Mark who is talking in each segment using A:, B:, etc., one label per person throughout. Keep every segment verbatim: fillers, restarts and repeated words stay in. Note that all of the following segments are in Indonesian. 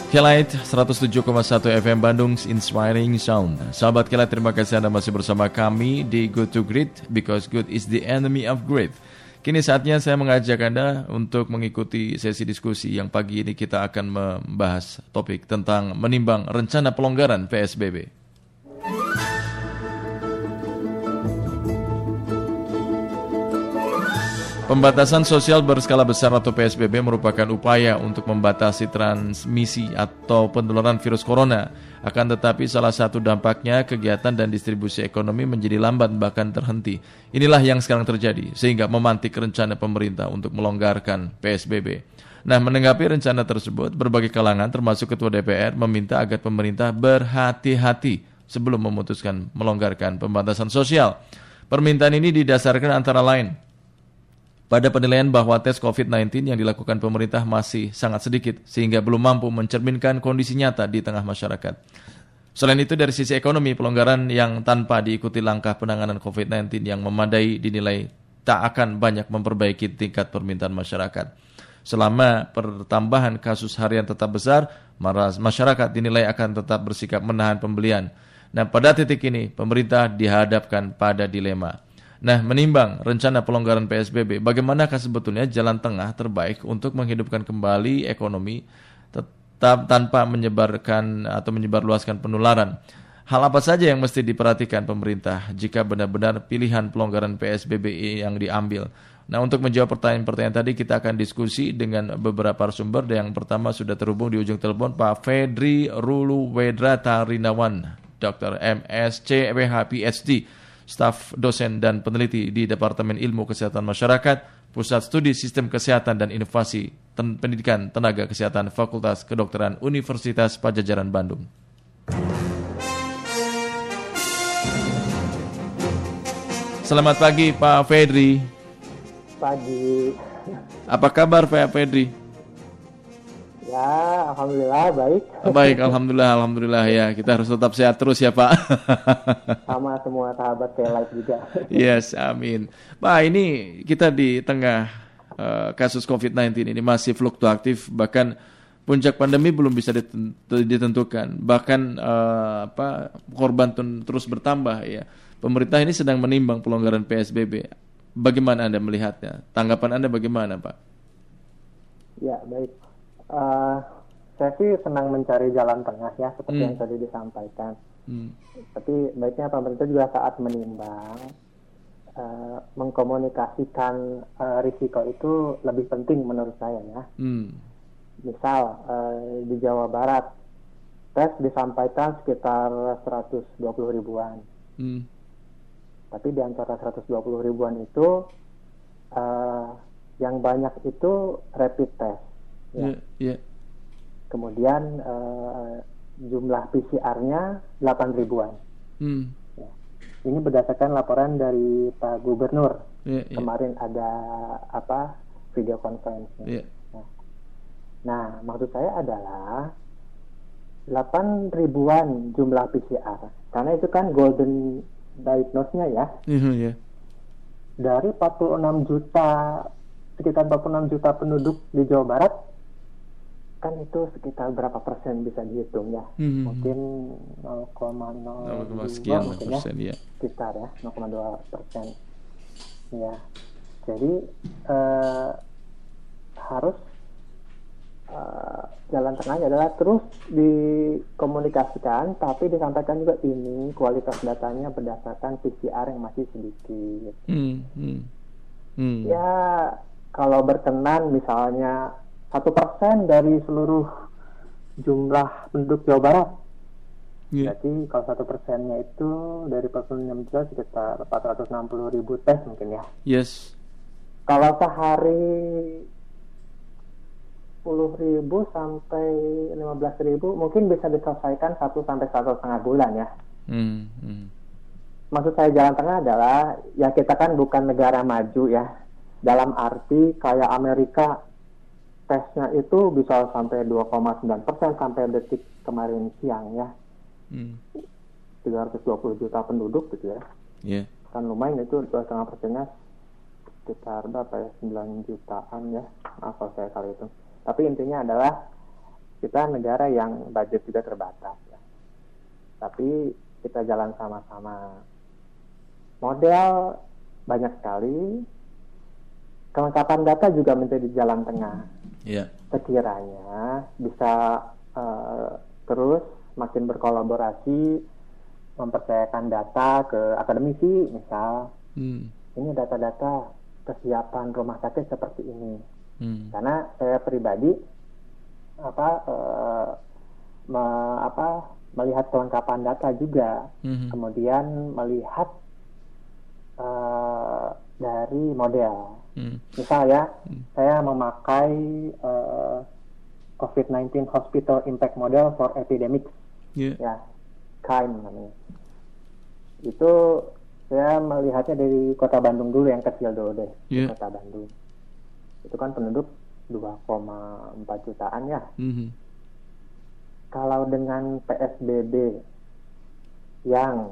A: Kelight seratus tujuh koma satu F M Bandung Inspiring Sound. Sahabat Kelight, terima kasih Anda masih bersama kami di Good to Great, because good is the enemy of great. Kini saatnya saya mengajak Anda untuk mengikuti sesi diskusi yang pagi ini kita akan membahas topik tentang menimbang rencana pelonggaran P S B B. Pembatasan sosial berskala besar atau P S B B merupakan upaya untuk membatasi transmisi atau penularan virus corona. Akan tetapi salah satu dampaknya kegiatan dan distribusi ekonomi menjadi lambat bahkan terhenti. Inilah yang sekarang terjadi sehingga memantik rencana pemerintah untuk melonggarkan P S B B. Nah, menanggapi rencana tersebut, berbagai kalangan termasuk Ketua D P R meminta agar pemerintah berhati-hati sebelum memutuskan melonggarkan pembatasan sosial. Permintaan ini didasarkan antara lain pada penilaian bahwa tes covid sembilan belas yang dilakukan pemerintah masih sangat sedikit sehingga belum mampu mencerminkan kondisi nyata di tengah masyarakat. Selain itu, dari sisi ekonomi, pelonggaran yang tanpa diikuti langkah penanganan covid sembilan belas yang memadai dinilai tak akan banyak memperbaiki tingkat permintaan masyarakat. Selama pertambahan kasus harian tetap besar, masyarakat dinilai akan tetap bersikap menahan pembelian. Nah, pada titik ini, pemerintah dihadapkan pada dilema. Nah, menimbang rencana pelonggaran P S B B, bagaimanakah sebetulnya jalan tengah terbaik untuk menghidupkan kembali ekonomi tetap tanpa menyebarkan atau menyebarluaskan penularan? Hal apa saja yang mesti diperhatikan pemerintah jika benar-benar pilihan pelonggaran P S B B yang diambil? Nah, untuk menjawab pertanyaan-pertanyaan tadi, kita akan diskusi dengan beberapa sumber. Yang pertama sudah terhubung di ujung telepon Pak Fedri Ruluwedra Tarinawan, Doktor M S C W H P H D, staf dosen dan peneliti di Departemen Ilmu Kesehatan Masyarakat, Pusat Studi Sistem Kesehatan dan Inovasi Ten- Pendidikan Tenaga Kesehatan Fakultas Kedokteran Universitas Padjadjaran Bandung. Selamat pagi Pak Fedri.
B: Pagi.
A: Apa kabar Pak Fedri?
B: Ya, alhamdulillah baik.
A: Baik, alhamdulillah, alhamdulillah ya. Kita harus tetap sehat terus ya Pak.
B: Sama semua sahabat Kelight juga.
A: Yes, amin. Pak, ini kita di tengah uh, kasus covid sembilan belas ini masih fluktuatif, bahkan puncak pandemi belum bisa ditentukan. Bahkan uh, apa korban terus bertambah ya. Pemerintah ini sedang menimbang pelonggaran P S B B. Bagaimana Anda melihatnya? Tanggapan Anda bagaimana, Pak?
B: Ya, baik. Uh, saya sih senang mencari jalan tengah ya, seperti hmm. yang tadi disampaikan. Hmm. Tapi baiknya pemerintah juga saat menimbang, uh, mengkomunikasikan uh, risiko itu lebih penting menurut saya ya. Hmm. Misal uh, di Jawa Barat, tes disampaikan sekitar seratus dua puluh ribuan. Hmm. Tapi di antara seratus dua puluh ribuan itu, uh, yang banyak itu rapid test. Ya. Yeah, yeah. Kemudian uh, jumlah P C R-nya delapan ribuan. Hmm. Ya. Ini berdasarkan laporan dari Pak Gubernur. Yeah, yeah. Kemarin ada apa video conference. Yeah. Nah. nah, maksud saya adalah delapan ribuan jumlah P C R. Karena itu kan golden diagnosis-nya ya. Mm-hmm, yeah. Dari empat puluh enam juta, sekitar empat puluh enam juta penduduk di Jawa Barat, kan itu sekitar berapa persen bisa dihitung ya? Hmm. Mungkin nol koma nol dua
A: sekian
B: mungkin
A: persen
B: ya,
A: ya.
B: Sekitar ya nol koma dua persen. Ya, jadi eh, harus eh, jalan tengahnya adalah terus dikomunikasikan, tapi disampaikan juga ini kualitas datanya berdasarkan P C R yang masih sedikit. Hmm. Hmm. Hmm. Ya, kalau berkenan misalnya satu persen dari seluruh jumlah penduduk Jawa Barat. Yeah. Jadi kalau satu persennya itu dari empat puluh enam juta sekitar empat ratus enam puluh ribu tes mungkin ya.
A: Yes.
B: Kalau sehari sepuluh ribu sampai lima belas ribu mungkin bisa diselesaikan satu sampai satu setengah bulan ya. Hmm. Hmm. Maksud saya jalan tengah adalah ya kita kan bukan negara maju ya. Dalam arti kayak Amerika, tesnya itu bisa sampai dua koma sembilan persen sampai detik kemarin siang ya. Hmm. tiga ratus dua puluh juta penduduk gitu ya. Yeah. Kan lumayan itu dua koma lima persennya sekitar berapa ya? sembilan jutaan ya. Maaf kalau saya kali itu. Tapi intinya adalah kita negara yang budget juga terbatas ya. Tapi kita jalan sama-sama. Model banyak sekali, kelengkapan data juga menjadi jalan tengah.
A: Yeah.
B: Sekiranya bisa uh, terus makin berkolaborasi, mempercayakan data ke akademisi, misal, hmm. ini data-data kesiapan rumah sakit seperti ini. Hmm. Karena saya pribadi apa, uh, me, apa melihat kelengkapan data juga, hmm. kemudian melihat uh, dari model. Hmm. Misal ya, hmm. saya memakai uh, covid sembilan belas Hospital Impact Model for Epidemics, yeah. ya, K I M namanya. Itu saya melihatnya dari kota Bandung dulu, yang kecil dulu deh, yeah. kota Bandung. Itu kan penduduk dua koma empat jutaan ya. Mm-hmm. Kalau dengan P S B B yang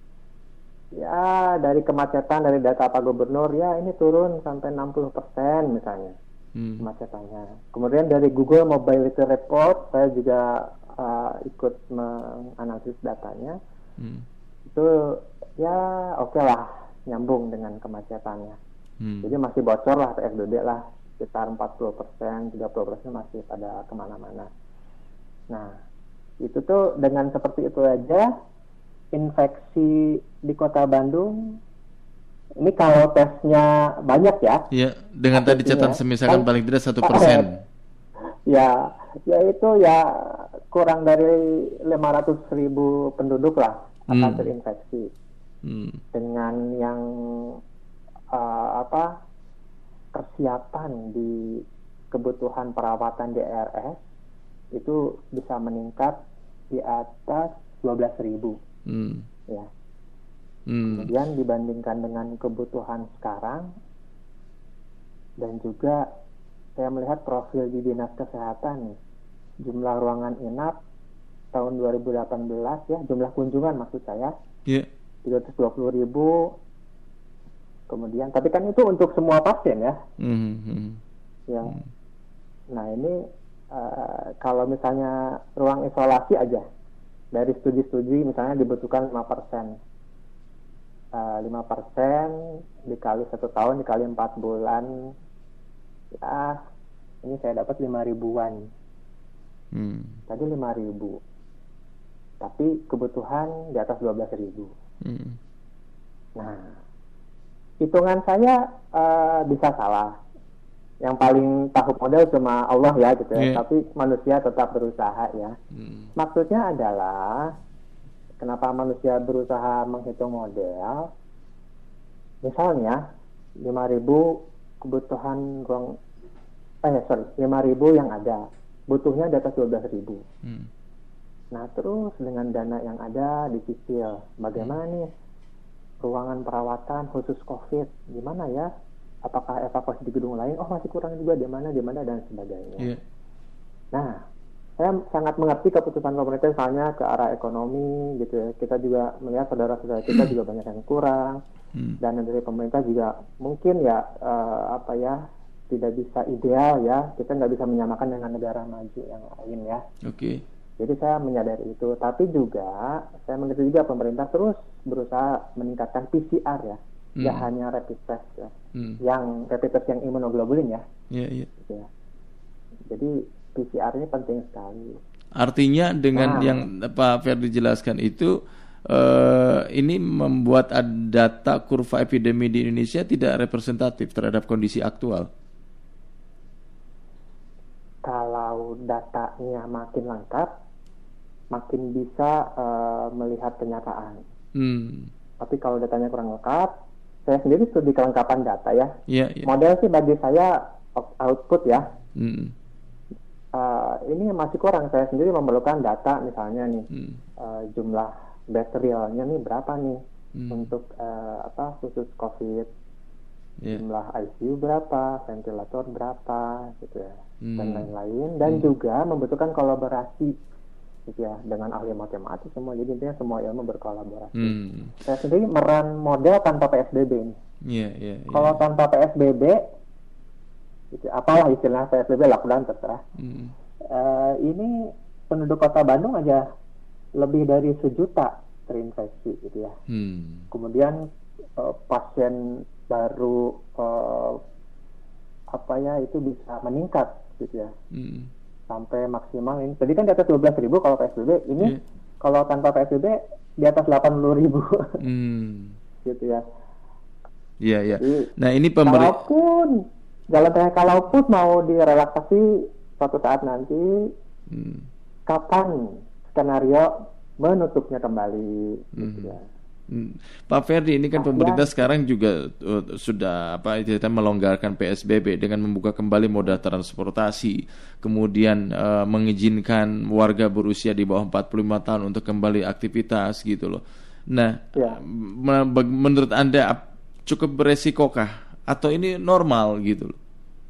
B: ya dari kemacetan dari data Pak Gubernur ya ini turun sampai enam puluh persen misalnya mm. kemacetannya. Kemudian dari Google Mobility Report saya juga uh, ikut menganalisis datanya. Mm. Itu ya oke okay lah, nyambung dengan kemacetannya. Hmm. Jadi masih bocor lah P S B B lah, sekitar empat puluh persen, tiga puluh persen masih pada kemana-mana. Nah, itu tuh dengan seperti itu aja, infeksi di kota Bandung, ini kalau tesnya banyak ya.
A: Iya, dengan tadi catatan semisalkan kan, paling tidak satu persen.
B: Ya, ya itu ya kurang dari lima ratus ribu penduduk lah akan hmm. terinfeksi. Hmm. Dengan yang uh, apa persiapan di kebutuhan perawatan di R S itu bisa meningkat di atas dua belas ribu, hmm. ya. Hmm. Kemudian dibandingkan dengan kebutuhan sekarang, dan juga saya melihat profil di dinas kesehatan nih, jumlah ruangan inap tahun dua ribu delapan belas ya, jumlah kunjungan maksud saya. Yeah. tiga ratus dua puluh ribu, kemudian tapi kan itu untuk semua pasien ya, mm-hmm. ya. Mm. Nah ini uh, kalau misalnya ruang isolasi aja dari studi-studi misalnya dibutuhkan lima persen, uh, lima persen dikali satu tahun dikali empat bulan, ya ini saya dapat lima ribuan, mm. tadi lima ribu, tapi kebutuhan di atas dua belas ribu. Hmm. Nah, hitungan saya uh, bisa salah. Yang paling tahu model cuma Allah ya gitu ya. Yeah. Tapi manusia tetap berusaha ya. Hmm. Maksudnya adalah kenapa manusia berusaha menghitung model? Misalnya lima ribu kebutuhan ruang, eh sorry lima ribu yang ada, butuhnya di atas dua belas ribu. Hmm. Nah terus dengan dana yang ada dicicil, bagaimana nih ruangan perawatan khusus COVID, gimana ya? Apakah evakuasi di gedung lain? Oh masih kurang juga di mana, di mana dan sebagainya. Yeah. Nah, saya sangat mengerti keputusan pemerintah misalnya ke arah ekonomi gitu ya. Kita juga melihat saudara-saudara kita juga banyak yang kurang, hmm. dan dari pemerintah juga mungkin ya uh, apa ya tidak bisa ideal ya. Kita nggak bisa menyamakan dengan negara maju yang lain ya. Oke. Okay. Jadi saya menyadari itu, tapi juga saya mengerti juga pemerintah terus berusaha meningkatkan P C R ya, hmm. ya hanya rapid test ya, hmm. yang rapid test yang imunoglobulin ya. Iya yeah, iya. Yeah. Gitu ya. Jadi P C R ini penting sekali.
A: Artinya dengan nah, yang Pak Ferdi jelaskan itu, uh, ini membuat data kurva epidemi di Indonesia tidak representatif terhadap kondisi aktual.
B: Kalau datanya makin lengkap, makin bisa uh, melihat kenyataan. Hmm. Tapi kalau datanya kurang lengkap, saya sendiri studi kelengkapan data ya. Yeah, yeah. Model sih bagi saya output ya. Hmm. Uh, ini masih kurang. Saya sendiri memerlukan data misalnya nih, hmm. uh, jumlah bed realnya nih berapa nih hmm. untuk uh, apa khusus COVID, yeah. jumlah I C U berapa, ventilator berapa, gitu ya. Hmm. Dan lain-lain, dan hmm. juga membutuhkan kolaborasi gitu ya dengan ahli matematik semua, jadi intinya semua ilmu berkolaborasi. Hmm. Saya sendiri meran model tanpa P S B B ini. Yeah, yeah, yeah. Kalau tanpa P S B B, gitu, apalah istilah P S B B lockdown terserah. Hmm. uh, ini penduduk kota Bandung aja lebih dari sejuta terinfeksi gitu ya. Hmm. Kemudian uh, pasien baru uh, apa ya itu bisa meningkat gitu ya. Hmm. Sampai maksimal ini. Tadi kan di atas dua belas ribu kalau P S B B, ini yeah. Kalau tanpa P S B B di atas delapan puluh ribu. Hmm. Gitu ya.
A: Iya, iya. Nah, ini pemberi
B: kalaupun jalan tengah kalaupun mau direlaksasi suatu saat nanti, hmm. kapan skenario menutupnya kembali hmm. gitu ya.
A: Hmm. Pak Ferdi, ini kan nah, pemerintah ya. sekarang juga uh, sudah apa itu melonggarkan P S B B dengan membuka kembali moda transportasi, kemudian uh, mengizinkan warga berusia di bawah empat puluh lima tahun untuk kembali aktivitas gitu loh. Nah, ya. menurut Anda cukup beresikokah atau ini normal gitu loh?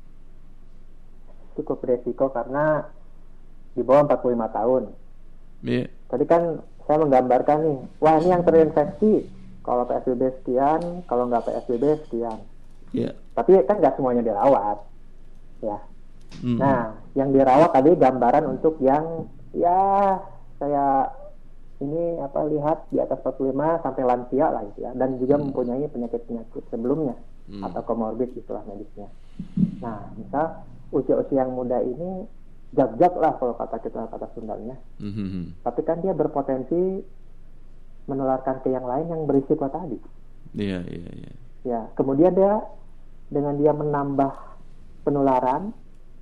B: Cukup beresiko karena di bawah empat puluh lima tahun. Iya. Yeah. Tadi kan saya menggambarkan nih, wah ini yang terinfeksi, kalau P S B B sekian, kalau nggak P S B B sekian. Yeah. Tapi kan nggak semuanya dirawat, ya. Mm-hmm. Nah, yang dirawat tadi gambaran untuk yang, ya saya ini apa lihat di atas empat puluh lima sampai lansia lah gitu ya, dan juga mm-hmm. mempunyai penyakit-penyakit sebelumnya mm-hmm. atau komorbid istilah medisnya. Nah, misal usia-usia yang muda ini jag-jag lah kalau kata kita kata Sundanya. Mm-hmm. Tapi kan dia berpotensi menularkan ke yang lain yang berisiko tadi.
A: Iya, yeah, iya, yeah, iya. Yeah.
B: Ya, kemudian dia dengan dia menambah penularan,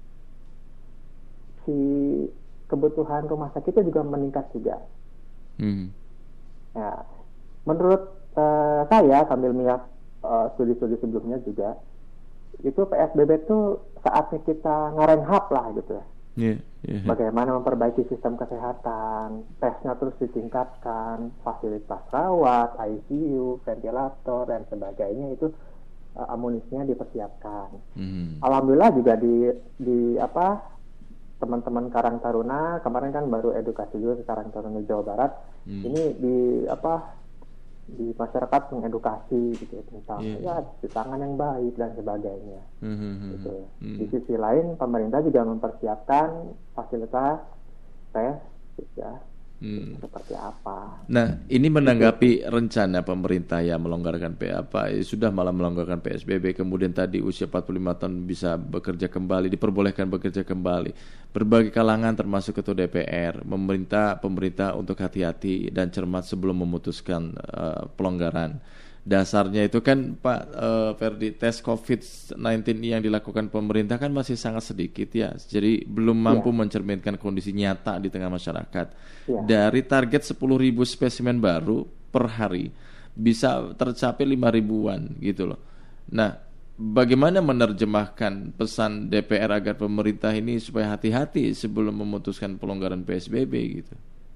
B: si kebutuhan rumah sakitnya juga meningkat juga. Mm-hmm. Ya, menurut uh, saya sambil melihat uh, studi-studi sebelumnya juga, itu P S B B itu saatnya kita ngerenhap lah gitu ya. Yeah, yeah. Bagaimana memperbaiki sistem kesehatan, tesnya terus ditingkatkan, fasilitas rawat, I C U, ventilator dan sebagainya itu uh, amunisinya dipersiapkan. Mm. Alhamdulillah juga di di apa teman-teman Karang Taruna kemarin kan baru edukasi juga ke Karang Taruna Jawa Barat. Mm. Ini di apa di masyarakat mengedukasi gitu tentang yeah. ya cuci tangan yang baik dan sebagainya. Mm-hmm. Gitu. Mm-hmm. Di sisi lain pemerintah juga mempersiapkan fasilitas tes ya mm. seperti apa.
A: Nah, ini menanggapi gitu. Rencana pemerintah yang melonggarkan P apa sudah malah melonggarkan P S B B, kemudian tadi usia empat puluh lima tahun bisa bekerja kembali, diperbolehkan bekerja kembali. Berbagai kalangan termasuk Ketua D P R meminta pemerintah untuk hati-hati dan cermat sebelum memutuskan uh, pelonggaran. Dasarnya itu kan Pak uh, Ferdi, tes covid sembilan belas yang dilakukan pemerintah kan masih sangat sedikit ya. Jadi belum mampu ya. mencerminkan kondisi nyata di tengah masyarakat. Ya. Dari target sepuluh ribu spesimen baru per hari bisa tercapai lima ribuan gitu loh. Nah, bagaimana menerjemahkan pesan D P R agar pemerintah ini supaya hati-hati sebelum memutuskan pelonggaran P S B B gitu?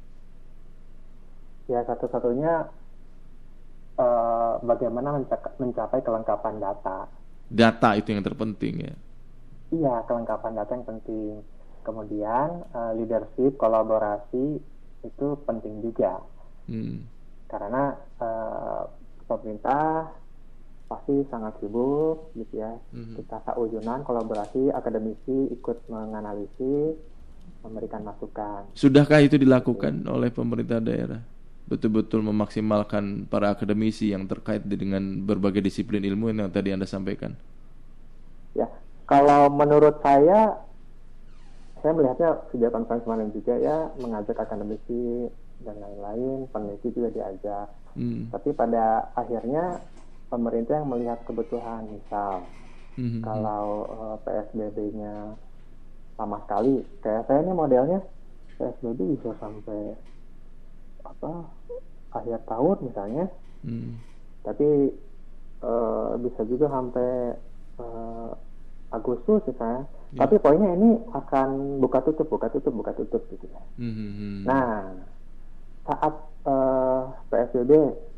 B: Ya, satu-satunya uh, bagaimana mencapai, mencapai kelengkapan data.
A: Data itu yang terpenting ya?
B: Iya, kelengkapan data yang penting. Kemudian uh, leadership, kolaborasi itu penting juga. Hmm. Karena uh, pemerintah pasti sangat sibuk gitu ya. Mm-hmm. Kita saujunan kolaborasi, akademisi ikut menganalisis, memberikan masukan.
A: Sudahkah itu dilakukan oleh pemerintah daerah? Betul-betul memaksimalkan para akademisi yang terkait dengan berbagai disiplin ilmu yang tadi Anda sampaikan?
B: Ya, kalau menurut saya, saya melihatnya sejak konferensi kemarin juga ya, mengajak akademisi dan lain-lain, peneliti juga diajak. Mm. Tapi pada akhirnya pemerintah yang melihat kebutuhan, misal mm-hmm. kalau uh, P S B B-nya sama sekali, kayak saya ini modelnya P S B B bisa sampai apa akhir tahun misalnya, mm. tapi uh, bisa juga sampai uh, Agustus misalnya. Yeah. Tapi poinnya ini akan buka tutup, buka tutup, buka tutup gitu ya. Mm-hmm. Nah, saat uh, P S B B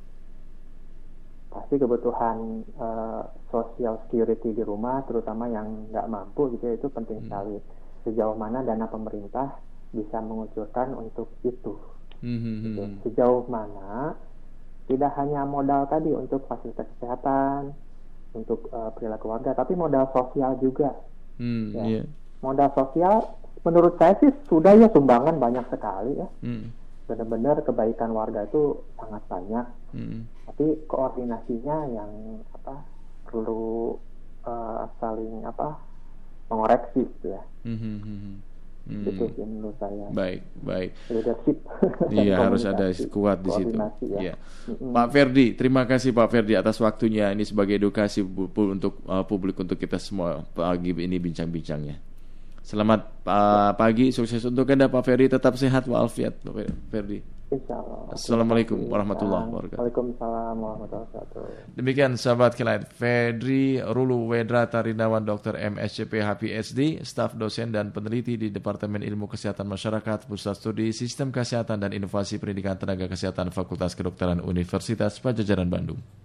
B: pasti kebutuhan uh, social security di rumah, terutama yang nggak mampu gitu ya, itu penting hmm. sekali. Sejauh mana dana pemerintah bisa mengucurkan untuk itu. Hmm. Gitu. Sejauh mana tidak hanya modal tadi untuk fasilitas kesehatan, untuk uh, perilaku warga, tapi modal sosial juga. Hmm, ya. Yeah. Modal sosial menurut saya sih sudah ya, sumbangan banyak sekali ya.
A: Hmm.
B: Benar-benar kebaikan warga itu sangat banyak.
A: Hmm.
B: Tapi koordinasinya yang apa perlu uh, saling apa mengoreksi gitu ya.
A: Hmm. Hmm. Hmm.
B: Itu sih menurut saya.
A: Baik, baik.
B: Leadership.
A: Iya, harus ada kuat di situ.
B: Ya.
A: Ya. Mm-hmm. Pak Ferdi, terima kasih Pak Ferdi atas waktunya. Ini sebagai edukasi untuk uh, publik, untuk kita semua pagi ini bincang-bincangnya. Selamat uh, pagi, sukses untuk Anda Pak Ferdi, tetap sehat walafiat Pak Ferdi.
B: Insyaallah.
A: Assalamualaikum warahmatullahi wabarakatuh.
B: Waalaikumsalam warahmatullahi wabarakatuh.
A: Demikian sahabat Kilat, Fedri Rulu Wedra Tarinawan, Doktor M S C P H P S D, staf dosen dan peneliti di Departemen Ilmu Kesehatan Masyarakat, Pusat Studi Sistem Kesehatan dan Inovasi Pendidikan Tenaga Kesehatan, Fakultas Kedokteran Universitas Padjadjaran Bandung.